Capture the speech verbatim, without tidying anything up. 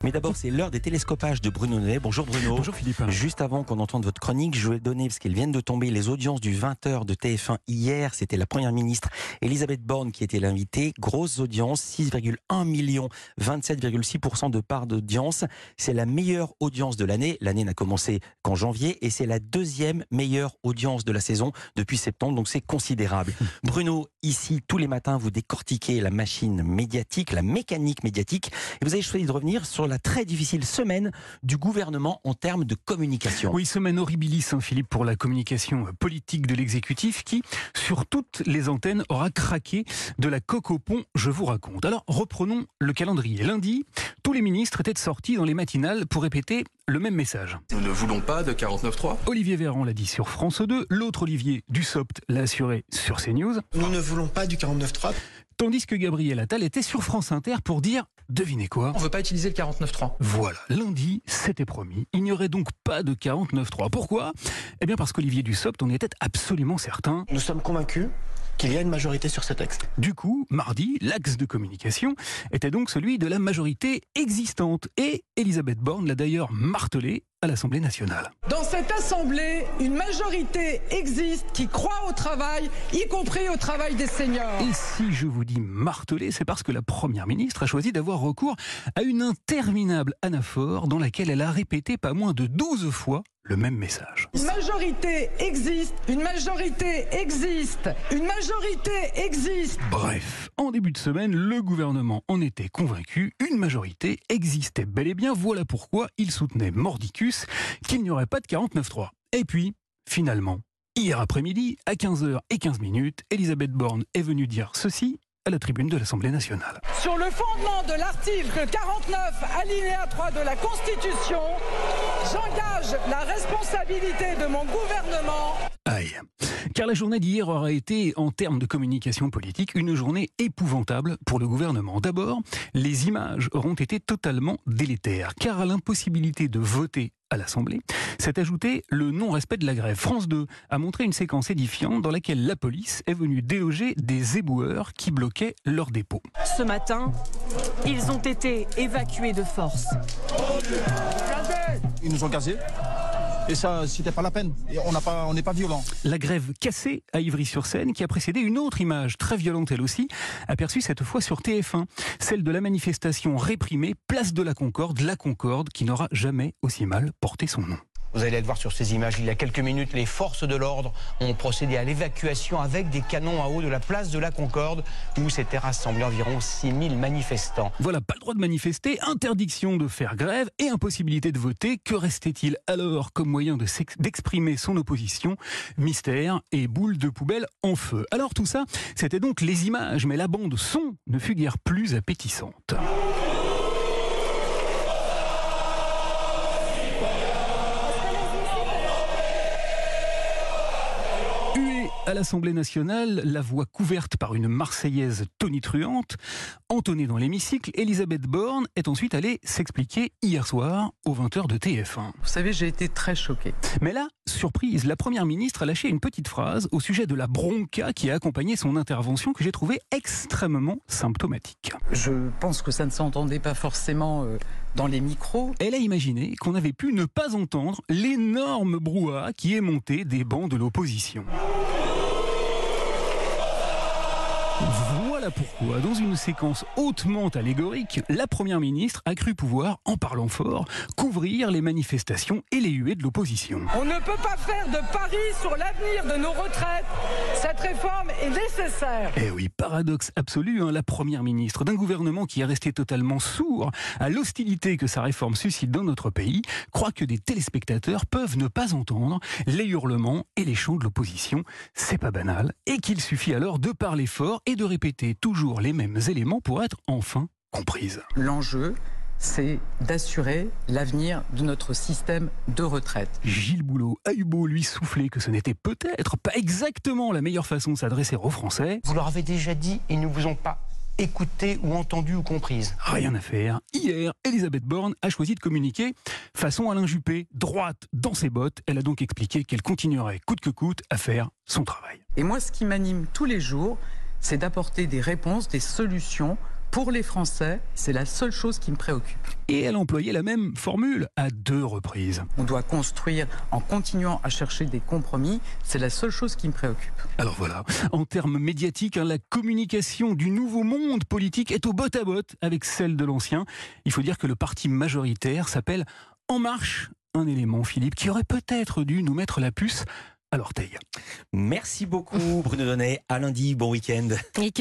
Mais d'abord, c'est l'heure des télescopages de Bruno Donnet. Bonjour Bruno. Bonjour Philippe. Juste avant qu'on entende votre chronique, je vais donner, parce qu'elles viennent de tomber, les audiences du vingt heures de T F un hier. C'était la première ministre Elisabeth Borne qui était l'invitée. Grosse audience, six virgule un millions, vingt-sept virgule six pour cent de part d'audience. C'est la meilleure audience de l'année. L'année n'a commencé qu'en janvier et c'est la deuxième meilleure audience de la saison depuis septembre, donc c'est considérable. Bruno, ici, tous les matins, vous décortiquez la machine médiatique, la mécanique médiatique, et vous avez choisi de revenir sur la très difficile semaine du gouvernement en termes de communication. Oui, semaine horribilis, hein, Philippe, pour la communication politique de l'exécutif qui, sur toutes les antennes, aura craqué de la coque au pont, je vous raconte. Alors, reprenons le calendrier. Lundi, tous les ministres étaient sortis dans les matinales pour répéter le même message. Nous ne voulons pas de quarante-neuf trois. Olivier Véran l'a dit sur France deux, l'autre Olivier Dussopt l'a assuré sur CNews. Nous ne voulons pas du quarante-neuf trois. Tandis que Gabriel Attal était sur France Inter pour dire, devinez quoi ? On ne veut pas utiliser le quarante-neuf trois. Voilà, lundi, c'était promis. Il n'y aurait donc pas de quarante-neuf trois. Pourquoi ? Eh bien parce qu'Olivier Dussopt, on était absolument certain. Nous sommes convaincus qu'il y a une majorité sur ce texte. Du coup, mardi, l'axe de communication était donc celui de la majorité existante. Et Elisabeth Borne l'a d'ailleurs martelé à l'Assemblée nationale. Dans cette Assemblée, une majorité existe qui croit au travail, y compris au travail des seniors. Et si je vous dis martelé, c'est parce que la Première ministre a choisi d'avoir recours à une interminable anaphore dans laquelle elle a répété pas moins de douze fois le même message. Une majorité existe, une majorité existe, une majorité existe. Bref, en début de semaine, le gouvernement en était convaincu, une majorité existait bel et bien, voilà pourquoi il soutenait mordicus qu'il n'y aurait pas de quarante-neuf trois. Et puis, finalement, hier après-midi, à quinze heures quinze, Elisabeth Borne est venue dire ceci à la tribune de l'Assemblée nationale. Sur le fondement de l'article quarante-neuf, alinéa trois de la Constitution, j'engage la responsabilité de mon gouvernement. Aïe. Car la journée d'hier aura été, en termes de communication politique, une journée épouvantable pour le gouvernement. D'abord, les images auront été totalement délétères, car à l'impossibilité de voter à l'Assemblée, s'est ajouté le non-respect de la grève. France deux a montré une séquence édifiante dans laquelle la police est venue déloger des éboueurs qui bloquaient leur dépôt. Ce matin, ils ont été évacués de force. Ils nous ont gazés. Et ça, c'était pas la peine. Et on n'a pas, on n'est pas violent. La grève cassée à Ivry-sur-Seine, qui a précédé une autre image très violente elle aussi, aperçue cette fois sur T F un, celle de la manifestation réprimée, place de la Concorde, la Concorde qui n'aura jamais aussi mal porté son nom. Vous allez le voir sur ces images, il y a quelques minutes, les forces de l'ordre ont procédé à l'évacuation avec des canons à eau de la place de la Concorde, où s'étaient rassemblés environ six mille manifestants. Voilà, pas le droit de manifester, interdiction de faire grève et impossibilité de voter. Que restait-il alors comme moyen de d'exprimer son opposition ? Mystère et boule de poubelle en feu. Alors tout ça, c'était donc les images, mais la bande son ne fut guère plus appétissante. À l'Assemblée nationale, la voix couverte par une Marseillaise tonitruante, entonnée dans l'hémicycle, Elisabeth Borne est ensuite allée s'expliquer hier soir aux vingt heures de T F un. Vous savez, j'ai été très choquée. Mais là, surprise, la Première ministre a lâché une petite phrase au sujet de la bronca qui a accompagné son intervention que j'ai trouvée extrêmement symptomatique. Je pense que ça ne s'entendait pas forcément euh, dans les micros. Elle a imaginé qu'on avait pu ne pas entendre l'énorme brouhaha qui est monté des bancs de l'opposition. Voilà pourquoi, dans une séquence hautement allégorique, la Première ministre a cru pouvoir, en parlant fort, couvrir les manifestations et les huées de l'opposition. On ne peut pas faire de pari sur l'avenir de nos retraites. Cette réforme est nécessaire. Eh oui, paradoxe absolu, hein, la Première ministre d'un gouvernement qui est resté totalement sourd à l'hostilité que sa réforme suscite dans notre pays, croit que des téléspectateurs peuvent ne pas entendre les hurlements et les chants de l'opposition. C'est pas banal, et qu'il suffit alors de parler fort et de répéter toujours les mêmes éléments pour être enfin comprise. L'enjeu, c'est d'assurer l'avenir de notre système de retraite. Gilles Boulot a eu beau lui souffler que ce n'était peut-être pas exactement la meilleure façon de s'adresser aux Français. Vous leur avez déjà dit, ils ne vous ont pas écoutée ou entendue ou comprise. Rien à faire. Hier, Elisabeth Borne a choisi de communiquer façon Alain Juppé, droite dans ses bottes. Elle a donc expliqué qu'elle continuerait coûte que coûte à faire son travail. Et moi, ce qui m'anime tous les jours, c'est d'apporter des réponses, des solutions pour les Français, c'est la seule chose qui me préoccupe. Et elle employait la même formule à deux reprises. On doit construire en continuant à chercher des compromis, c'est la seule chose qui me préoccupe. Alors voilà, en termes médiatiques, hein, la communication du nouveau monde politique est au botte à botte avec celle de l'ancien. Il faut dire que le parti majoritaire s'appelle En Marche, un élément, Philippe, qui aurait peut-être dû nous mettre la puce à l'orteil. Merci beaucoup Bruno Donnet, à lundi, bon week-end.